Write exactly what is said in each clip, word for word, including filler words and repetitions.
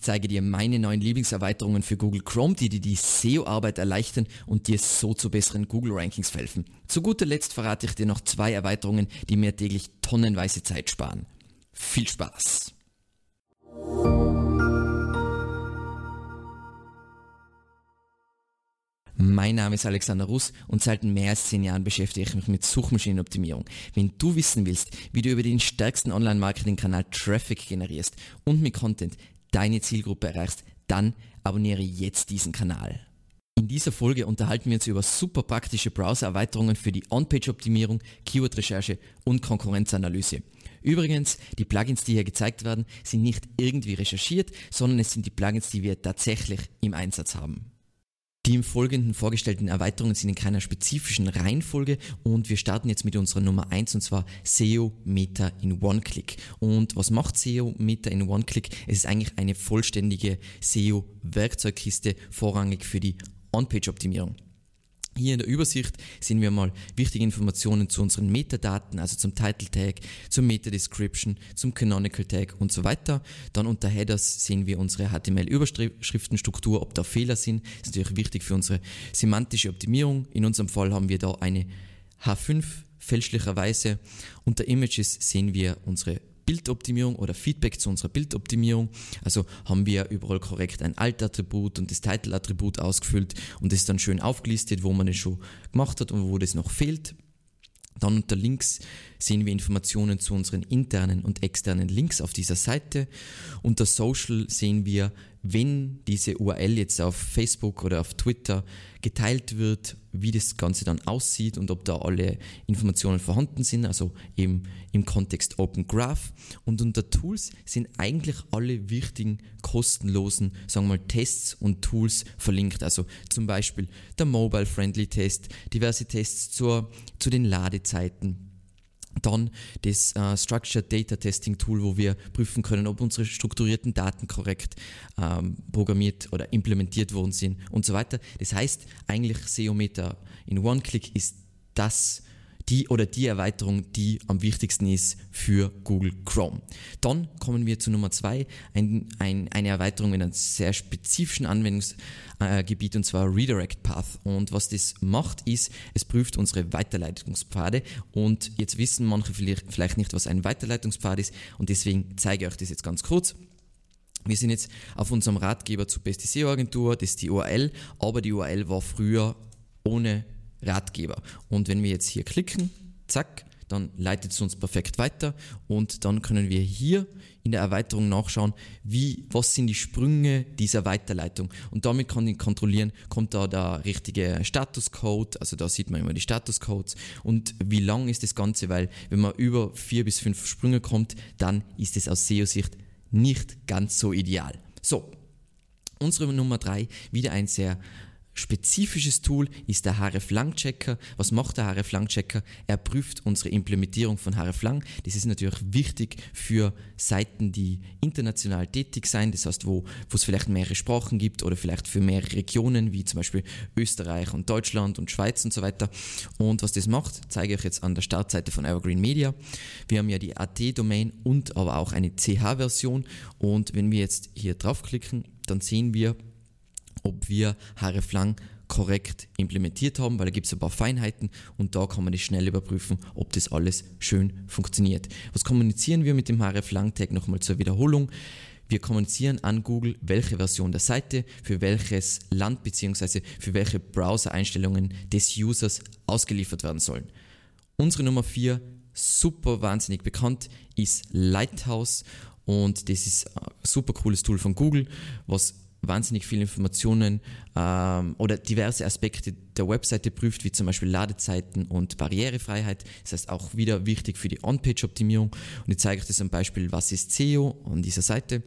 zeige dir meine neuen Lieblingserweiterungen für Google Chrome, die dir die S E O-Arbeit erleichtern und dir so zu besseren Google-Rankings verhelfen. Zu guter Letzt verrate ich dir noch zwei Erweiterungen, die mir täglich tonnenweise Zeit sparen. Viel Spaß! Mein Name ist Alexander Russ und seit mehr als zehn Jahren beschäftige ich mich mit Suchmaschinenoptimierung. Wenn du wissen willst, wie du über den stärksten Online-Marketing-Kanal Traffic generierst und mit Content deine Zielgruppe erreichst, dann abonniere jetzt diesen Kanal. In dieser Folge unterhalten wir uns über super praktische Browser-Erweiterungen für die On-Page-Optimierung, Keyword-Recherche und Konkurrenzanalyse. Übrigens, die Plugins, die hier gezeigt werden, sind nicht irgendwie recherchiert, sondern es sind die Plugins, die wir tatsächlich im Einsatz haben. Die im Folgenden vorgestellten Erweiterungen sind in keiner spezifischen Reihenfolge und wir starten jetzt mit unserer Nummer eins und zwar S E O Meta in One-Click. Und was macht S E O Meta in One-Click? Es ist eigentlich eine vollständige S E O-Werkzeugkiste, vorrangig für die On-Page-Optimierung. Hier in der Übersicht sehen wir mal wichtige Informationen zu unseren Metadaten, also zum Title Tag, zum Meta Description, zum Canonical Tag und so weiter. Dann unter Headers sehen wir unsere H T M L-Überschriftenstruktur, ob da Fehler sind. Das ist natürlich wichtig für unsere semantische Optimierung. In unserem Fall haben wir da eine H fünf fälschlicherweise. Unter Images sehen wir unsere Bildoptimierung oder Feedback zu unserer Bildoptimierung. Also haben wir überall korrekt ein Alt-Attribut und das Title-Attribut ausgefüllt und das ist dann schön aufgelistet, wo man es schon gemacht hat und wo das noch fehlt. Dann unter Links sehen wir Informationen zu unseren internen und externen Links auf dieser Seite. Unter Social sehen wir, wenn diese U R L jetzt auf Facebook oder auf Twitter geteilt wird, wie das Ganze dann aussieht und ob da alle Informationen vorhanden sind, also eben im Kontext Open Graph. Und unter Tools sind eigentlich alle wichtigen kostenlosen, sagen wir mal, Tests und Tools verlinkt. Also zum Beispiel der Mobile Friendly Test, diverse Tests zur, zu den Ladezeiten. Dann das äh, Structured Data Testing Tool, wo wir prüfen können, ob unsere strukturierten Daten korrekt ähm, programmiert oder implementiert worden sind und so weiter. Das heißt, eigentlich S E O Meta in One-Click ist das die oder die Erweiterung, die am wichtigsten ist für Google Chrome. Dann kommen wir zu Nummer zwei, ein, ein, eine Erweiterung in einem sehr spezifischen Anwendungsgebiet, äh, und zwar Redirect Path. Und was das macht, ist, es prüft unsere Weiterleitungspfade und jetzt wissen manche vielleicht nicht, was ein Weiterleitungspfad ist und deswegen zeige ich euch das jetzt ganz kurz. Wir sind jetzt auf unserem Ratgeber zur Beste S E O-Agentur, das ist die U R L, aber die U R L war früher ohne Ratgeber. Und wenn wir jetzt hier klicken, zack, dann leitet es uns perfekt weiter und dann können wir hier in der Erweiterung nachschauen, wie, was sind die Sprünge dieser Weiterleitung und damit kann ich kontrollieren, kommt da der richtige Statuscode, also da sieht man immer die Statuscodes und wie lang ist das Ganze, weil wenn man über vier bis fünf Sprünge kommt, dann ist es aus S E O-Sicht nicht ganz so ideal. So, unsere Nummer drei, wieder ein sehr spezifisches Tool ist der hreflang-Checker. Was macht der hreflang-Checker? Er prüft unsere Implementierung von hreflang. Das ist natürlich wichtig für Seiten, die international tätig sind, das heißt, wo, wo es vielleicht mehrere Sprachen gibt oder vielleicht für mehrere Regionen, wie zum Beispiel Österreich und Deutschland und Schweiz und so weiter. Und was das macht, zeige ich euch jetzt an der Startseite von Evergreen Media. Wir haben ja die A T-Domain und aber auch eine C H-Version und wenn wir jetzt hier draufklicken, dann sehen wir, ob wir hreflang korrekt implementiert haben, weil da gibt es ein paar Feinheiten und da kann man das schnell überprüfen, ob das alles schön funktioniert. Was kommunizieren wir mit dem hreflang-Tag? Nochmal zur Wiederholung. Wir kommunizieren an Google, welche Version der Seite für welches Land bzw. für welche Browser-Einstellungen des Users ausgeliefert werden sollen. Unsere Nummer vier, super wahnsinnig bekannt, ist Lighthouse und das ist ein super cooles Tool von Google, was wahnsinnig viele Informationen ähm, oder diverse Aspekte der Webseite prüft, wie zum Beispiel Ladezeiten und Barrierefreiheit. Das heißt auch wieder wichtig für die On-Page-Optimierung. Und ich zeige euch das am Beispiel, was ist S E O an dieser Seite.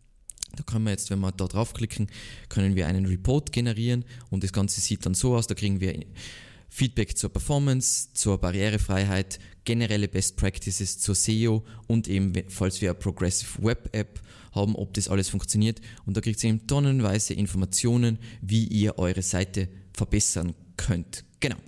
Da können wir jetzt, wenn wir da draufklicken, können wir einen Report generieren und das Ganze sieht dann so aus, da kriegen wir Feedback zur Performance, zur Barrierefreiheit, generelle Best Practices zur S E O und eben, falls wir eine Progressive Web App haben, ob das alles funktioniert. Und da kriegt ihr eben tonnenweise Informationen, wie ihr eure Seite verbessern könnt. Genau.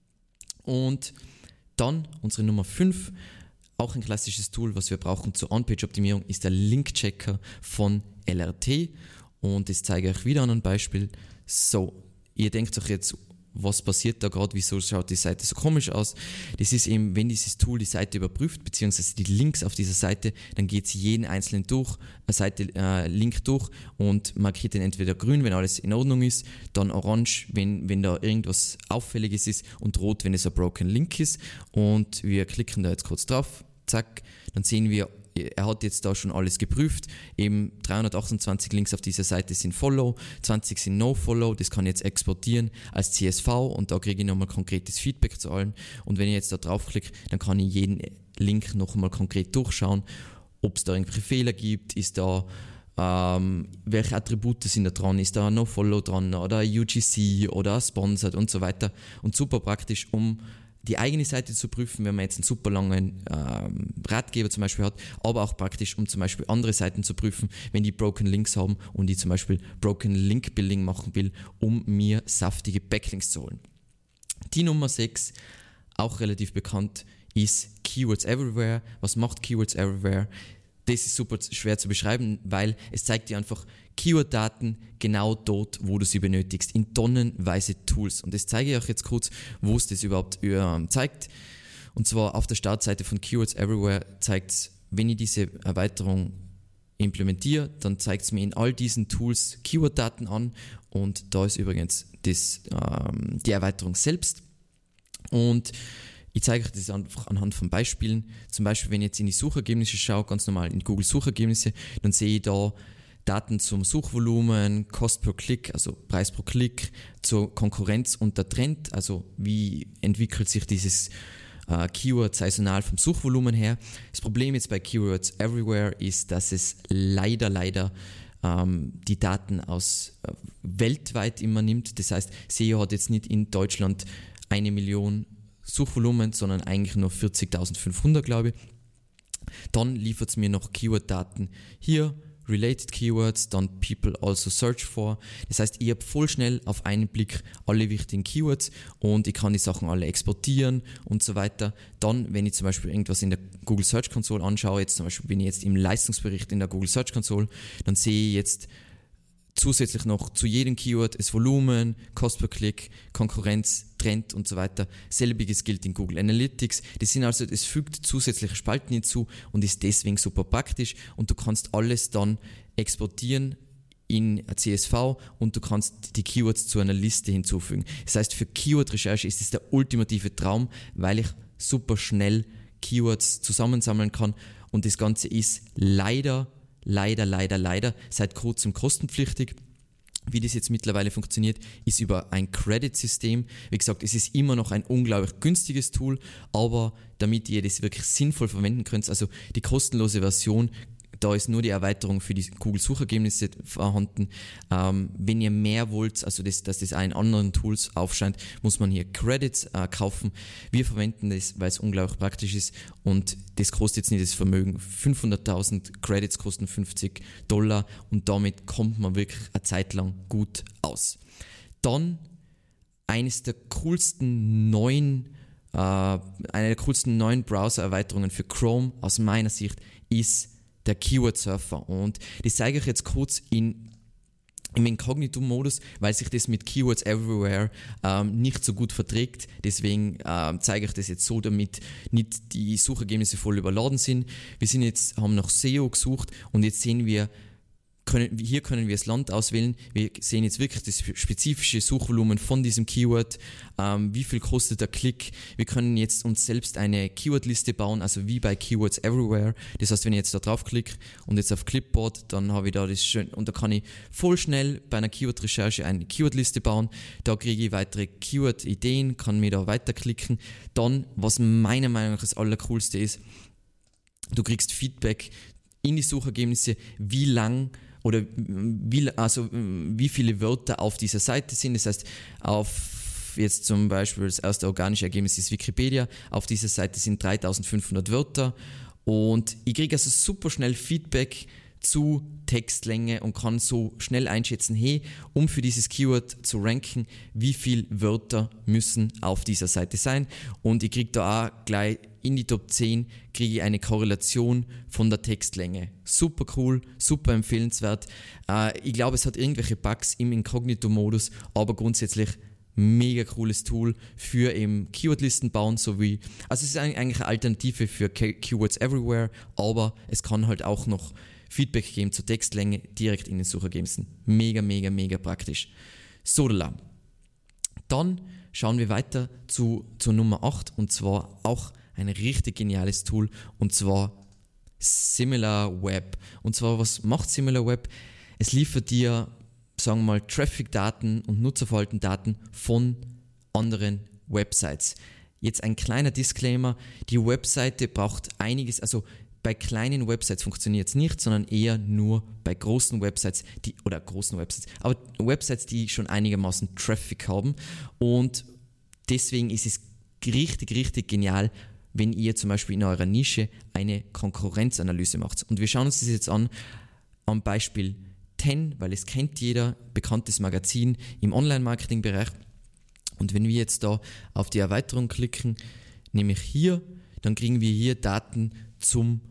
Und dann unsere Nummer fünf, auch ein klassisches Tool, was wir brauchen zur On-Page-Optimierung, ist der Link-Checker von L R T und das zeige ich euch wieder an einem Beispiel. So, ihr denkt euch jetzt, was passiert da gerade, wieso schaut die Seite so komisch aus? Das ist eben, wenn dieses Tool die Seite überprüft, beziehungsweise die Links auf dieser Seite, dann geht es jeden einzelnen durch, eine Seite, äh, Link durch und markiert den entweder grün, wenn alles in Ordnung ist, dann orange, wenn, wenn da irgendwas Auffälliges ist und rot, wenn es ein Broken Link ist. Und wir klicken da jetzt kurz drauf, zack, dann sehen wir, er hat jetzt da schon alles geprüft, eben dreihundertachtundzwanzig Links auf dieser Seite sind Follow, zwanzig sind No-Follow, das kann ich jetzt exportieren als C S V und da kriege ich nochmal konkretes Feedback zu allen und wenn ich jetzt da draufklicke, dann kann ich jeden Link nochmal konkret durchschauen, ob es da irgendwelche Fehler gibt, ist da ähm, welche Attribute sind da dran, ist da ein No-Follow dran oder ein U G C oder ein Sponsored und so weiter und super praktisch, um die eigene Seite zu prüfen, wenn man jetzt einen super langen ähm, Ratgeber zum Beispiel hat, aber auch praktisch, um zum Beispiel andere Seiten zu prüfen, wenn die Broken Links haben und ich zum Beispiel Broken Link Building machen will, um mir saftige Backlinks zu holen. Die Nummer sechs, auch relativ bekannt, ist Keywords Everywhere. Was macht Keywords Everywhere? Das ist super schwer zu beschreiben, weil es zeigt dir einfach Keyword-Daten genau dort, wo du sie benötigst, in tonnenweise Tools. Und das zeige ich euch jetzt kurz, wo es das überhaupt äh, zeigt. Und zwar auf der Startseite von Keywords Everywhere zeigt es, wenn ich diese Erweiterung implementiere, dann zeigt es mir in all diesen Tools Keyword-Daten an. Und da ist übrigens das, ähm, die Erweiterung selbst. Und ich zeige euch das einfach anhand von Beispielen. Zum Beispiel, wenn ich jetzt in die Suchergebnisse schaue, ganz normal in die Google Suchergebnisse, dann sehe ich da Daten zum Suchvolumen, Cost per Klick, also Preis pro Klick, zur Konkurrenz und der Trend, also wie entwickelt sich dieses äh, Keyword saisonal vom Suchvolumen her. Das Problem jetzt bei Keywords Everywhere ist, dass es leider, leider ähm, die Daten aus äh, weltweit immer nimmt. Das heißt, S E O hat jetzt nicht in Deutschland eine Million Suchvolumen, sondern eigentlich nur vierzigtausendfünfhundert, glaube ich. Dann liefert es mir noch Keyword-Daten hier, Related Keywords, dann People also search for. Das heißt, ich habe voll schnell auf einen Blick alle wichtigen Keywords und ich kann die Sachen alle exportieren und so weiter. Dann, wenn ich zum Beispiel irgendwas in der Google Search Console anschaue, jetzt zum Beispiel bin ich jetzt im Leistungsbericht in der Google Search Console, dann sehe ich jetzt zusätzlich noch zu jedem Keyword das Volumen, Cost per Klick, Konkurrenz, Trend und so weiter. Selbiges gilt in Google Analytics. Das sind also, es fügt zusätzliche Spalten hinzu und ist deswegen super praktisch und du kannst alles dann exportieren in C S V und du kannst die Keywords zu einer Liste hinzufügen. Das heißt, für Keyword-Recherche ist es der ultimative Traum, weil ich super schnell Keywords zusammensammeln kann und das Ganze ist leider Leider, leider, leider seit kurzem kostenpflichtig. Wie das jetzt mittlerweile funktioniert, ist über ein Credit-System. Wie gesagt, es ist immer noch ein unglaublich günstiges Tool, aber damit ihr das wirklich sinnvoll verwenden könnt, also die kostenlose Version, da ist nur die Erweiterung für die Google-Suchergebnisse vorhanden. Ähm, wenn ihr mehr wollt, also das, dass das auch in anderen Tools aufscheint, muss man hier Credits äh, kaufen. Wir verwenden das, weil es unglaublich praktisch ist und das kostet jetzt nicht das Vermögen. fünfhunderttausend Credits kosten fünfzig Dollar und damit kommt man wirklich eine Zeit lang gut aus. Dann eines der coolsten neuen, äh, eine der coolsten neuen Browser-Erweiterungen für Chrome aus meiner Sicht ist der Keyword Surfer und das zeige ich jetzt kurz in, im Inkognito-Modus, weil sich das mit Keywords Everywhere ähm, nicht so gut verträgt. Deswegen ähm, zeige ich das jetzt so, damit nicht die Suchergebnisse voll überladen sind. Wir sind jetzt, haben nach S E O gesucht und jetzt sehen wir, können, hier können wir das Land auswählen. Wir sehen jetzt wirklich das spezifische Suchvolumen von diesem Keyword. Ähm, wie viel kostet der Klick? Wir können jetzt uns selbst eine Keywordliste bauen, also wie bei Keywords Everywhere. Das heißt, wenn ich jetzt da draufklicke und jetzt auf Clipboard, dann habe ich da das schön, und da kann ich voll schnell bei einer Keyword-Recherche eine Keywordliste bauen. Da kriege ich weitere Keyword-Ideen, kann mir da weiterklicken. Dann, was meiner Meinung nach das Allercoolste ist, du kriegst Feedback in die Suchergebnisse, wie lang oder wie, also wie viele Wörter auf dieser Seite sind. Das heißt, auf jetzt zum Beispiel das erste organische Ergebnis ist Wikipedia. Auf dieser Seite sind dreitausendfünfhundert Wörter und ich kriege also super schnell Feedback zu Textlänge und kann so schnell einschätzen, hey, um für dieses Keyword zu ranken, wie viele Wörter müssen auf dieser Seite sein. Und ich kriege da auch gleich in die Top zehn kriege ich eine Korrelation von der Textlänge. Super cool, super empfehlenswert. Äh, ich glaube, es hat irgendwelche Bugs im Inkognito-Modus, aber grundsätzlich mega cooles Tool für eben Keywordlisten bauen, sowie, also es ist eigentlich eine Alternative für Keywords Everywhere, aber es kann halt auch noch Feedback geben zur Textlänge direkt in den Suchergebnissen. Mega, mega, mega praktisch. So, dann schauen wir weiter zu, zur Nummer acht, und zwar auch ein richtig geniales Tool, und zwar SimilarWeb. Und zwar, was macht SimilarWeb? Es liefert dir, sagen wir mal, Traffic-Daten und Nutzerverhalten-Daten von anderen Websites. Jetzt ein kleiner Disclaimer, die Webseite braucht einiges, also bei kleinen Websites funktioniert es nicht, sondern eher nur bei großen Websites, die, oder großen Websites, aber Websites, die schon einigermaßen Traffic haben, und deswegen ist es richtig, richtig genial, wenn ihr zum Beispiel in eurer Nische eine Konkurrenzanalyse macht. Und wir schauen uns das jetzt an am Beispiel ten, weil es kennt jeder, bekanntes Magazin im Online-Marketing-Bereich. Und wenn wir jetzt da auf die Erweiterung klicken, nämlich hier, dann kriegen wir hier Daten zum,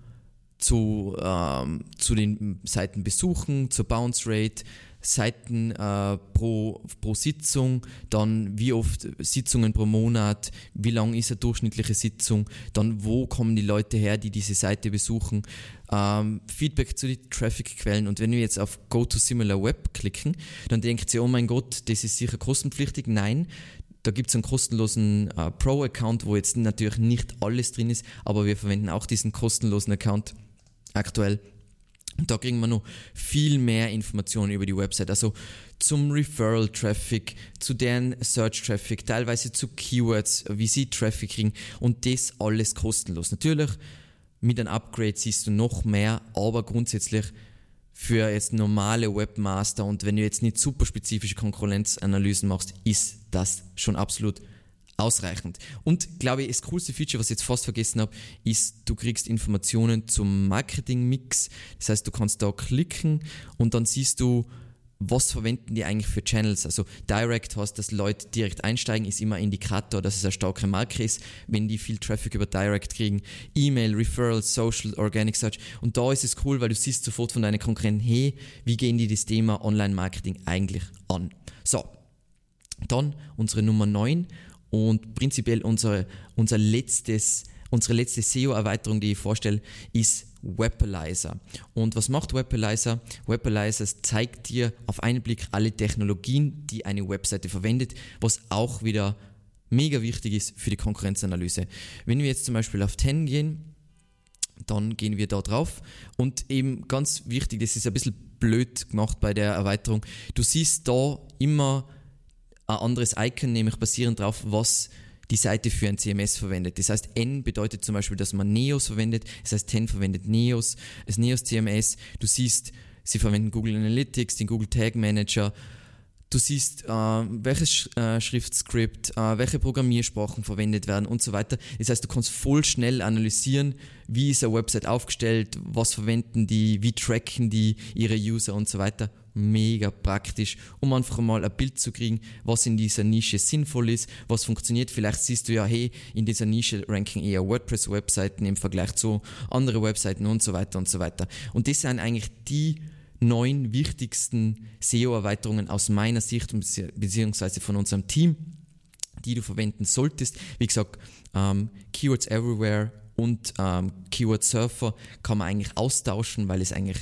zu, ähm, zu den Seitenbesuchen, zur Bounce Rate, Seiten äh, pro, pro Sitzung, dann wie oft Sitzungen pro Monat, wie lang ist eine durchschnittliche Sitzung, dann wo kommen die Leute her, die diese Seite besuchen, ähm, Feedback zu den Traffic-Quellen. Und wenn wir jetzt auf Go to SimilarWeb klicken, dann denkt ihr, oh mein Gott, das ist sicher kostenpflichtig. Nein, da gibt es einen kostenlosen äh, Pro-Account, wo jetzt natürlich nicht alles drin ist, aber wir verwenden auch diesen kostenlosen Account aktuell. Da kriegen wir noch viel mehr Informationen über die Website, also zum Referral-Traffic, zu deren Search-Traffic, teilweise zu Keywords, wie sie Traffic kriegen, und das alles kostenlos. Natürlich, mit einem Upgrade siehst du noch mehr, aber grundsätzlich für jetzt normale Webmaster, und wenn du jetzt nicht super spezifische Konkurrenzanalysen machst, ist das schon absolut ausreichend. Und glaube ich, das coolste Feature, was ich jetzt fast vergessen habe, ist, du kriegst Informationen zum Marketing-Mix. Das heißt, du kannst da klicken und dann siehst du, was verwenden die eigentlich für Channels. Also Direct heißt, dass Leute direkt einsteigen, ist immer ein Indikator, dass es eine starke Marke ist, wenn die viel Traffic über Direct kriegen. E-Mail, Referrals, Social, Organic Search. Und da ist es cool, weil du siehst sofort von deinen Konkurrenten, hey, wie gehen die das Thema Online-Marketing eigentlich an? So, dann unsere Nummer neun. Und prinzipiell unsere, unser letztes, unsere letzte S E O-Erweiterung, die ich vorstelle, ist Webalizer. Und was macht Webalizer? Webalizer zeigt dir auf einen Blick alle Technologien, die eine Webseite verwendet, was auch wieder mega wichtig ist für die Konkurrenzanalyse. Wenn wir jetzt zum Beispiel auf ten gehen, dann gehen wir da drauf, und eben ganz wichtig, das ist ein bisschen blöd gemacht bei der Erweiterung, du siehst da immer ein anderes Icon, nämlich basierend darauf, was die Seite für ein C M S verwendet. Das heißt, N bedeutet zum Beispiel, dass man Neos verwendet, das heißt, ten verwendet Neos, das Neos C M S. Du siehst, sie verwenden Google Analytics, den Google Tag Manager. Du siehst, äh, welches Sch- äh, Schriftskript, äh, welche Programmiersprachen verwendet werden und so weiter. Das heißt, du kannst voll schnell analysieren, wie ist eine Website aufgestellt, was verwenden die, wie tracken die ihre User und so weiter. Mega praktisch, um einfach mal ein Bild zu kriegen, was in dieser Nische sinnvoll ist, was funktioniert. Vielleicht siehst du ja, hey, in dieser Nische ranken eher WordPress-Webseiten im Vergleich zu anderen Webseiten und so weiter und so weiter. Und das sind eigentlich die neun wichtigsten S E O-Erweiterungen aus meiner Sicht beziehungsweise von unserem Team, die du verwenden solltest. Wie gesagt, ähm, Keywords Everywhere und ähm, Keyword Surfer kann man eigentlich austauschen, weil es eigentlich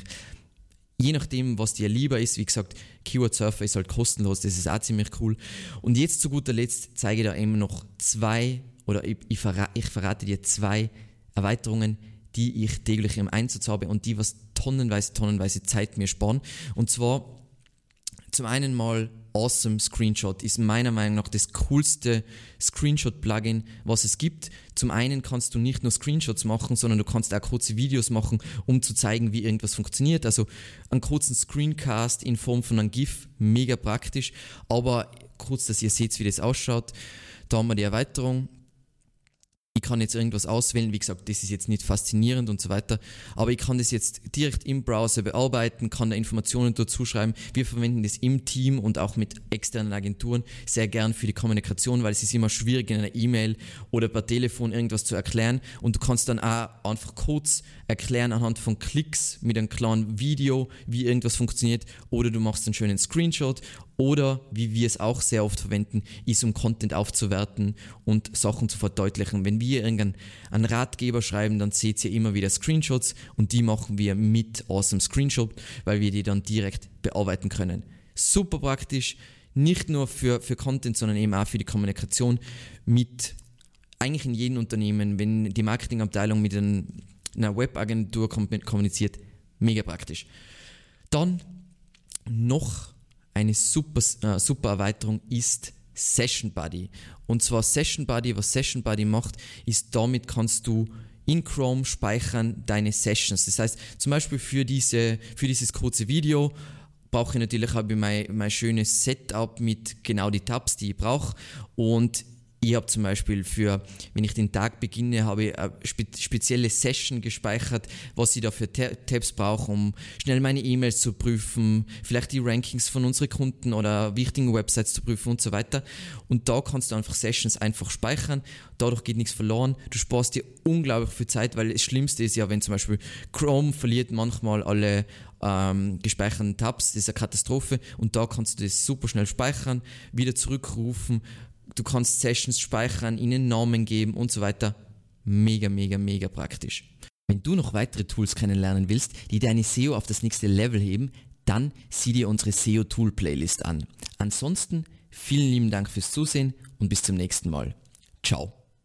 je nachdem, was dir lieber ist, wie gesagt, Keyword Surfer ist halt kostenlos, das ist auch ziemlich cool. Und jetzt zu guter Letzt zeige ich dir eben noch zwei, oder ich, ich, verrate, ich verrate dir zwei Erweiterungen, die ich täglich im Einsatz habe und die was tonnenweise, tonnenweise Zeit mir sparen. Und zwar zum einen mal Awesome Screenshot ist meiner Meinung nach das coolste Screenshot-Plugin, was es gibt. Zum einen kannst du nicht nur Screenshots machen, sondern du kannst auch kurze Videos machen, um zu zeigen, wie irgendwas funktioniert. Also einen kurzen Screencast in Form von einem GIF, mega praktisch. Aber kurz, dass ihr seht, wie das ausschaut. Da haben wir die Erweiterung. Ich kann jetzt irgendwas auswählen, wie gesagt, das ist jetzt nicht faszinierend und so weiter, aber ich kann das jetzt direkt im Browser bearbeiten, kann da Informationen dazu schreiben. Wir verwenden das im Team und auch mit externen Agenturen sehr gern für die Kommunikation, weil es ist immer schwierig in einer E-Mail oder per Telefon irgendwas zu erklären und du kannst dann auch einfach kurz erklären anhand von Klicks mit einem kleinen Video, wie irgendwas funktioniert, oder du machst einen schönen Screenshot. Oder, wie wir es auch sehr oft verwenden, ist, um Content aufzuwerten und Sachen zu verdeutlichen. Wenn wir irgendeinen einen Ratgeber schreiben, dann seht ihr immer wieder Screenshots und die machen wir mit Awesome Screenshot, weil wir die dann direkt bearbeiten können. Super praktisch, nicht nur für, für Content, sondern eben auch für die Kommunikation mit eigentlich in jedem Unternehmen, wenn die Marketingabteilung mit ein, einer Webagentur kommuniziert, mega praktisch. Dann noch eine super, äh, super Erweiterung ist Session Buddy. Und zwar Session Buddy, was Session Buddy macht, ist, damit kannst du in Chrome speichern deine Sessions. Das heißt, zum Beispiel für, diese, für dieses kurze Video brauche ich natürlich auch mein, mein schönes Setup mit genau die Tabs, die ich brauche. Und ich habe zum Beispiel für, wenn ich den Tag beginne, habe ich eine spe- spezielle Session gespeichert, was ich da für Tabs brauche, um schnell meine E-Mails zu prüfen, vielleicht die Rankings von unseren Kunden oder wichtigen Websites zu prüfen und so weiter. Und da kannst du einfach Sessions einfach speichern, dadurch geht nichts verloren, du sparst dir unglaublich viel Zeit, weil das Schlimmste ist ja, wenn zum Beispiel Chrome verliert manchmal alle ähm, gespeicherten Tabs, das ist eine Katastrophe, und da kannst du das super schnell speichern, wieder zurückrufen. Du kannst Sessions speichern, ihnen Namen geben und so weiter. Mega, mega, mega praktisch. Wenn du noch weitere Tools kennenlernen willst, die deine S E O auf das nächste Level heben, dann sieh dir unsere S E O-Tool-Playlist an. Ansonsten vielen lieben Dank fürs Zusehen und bis zum nächsten Mal. Ciao.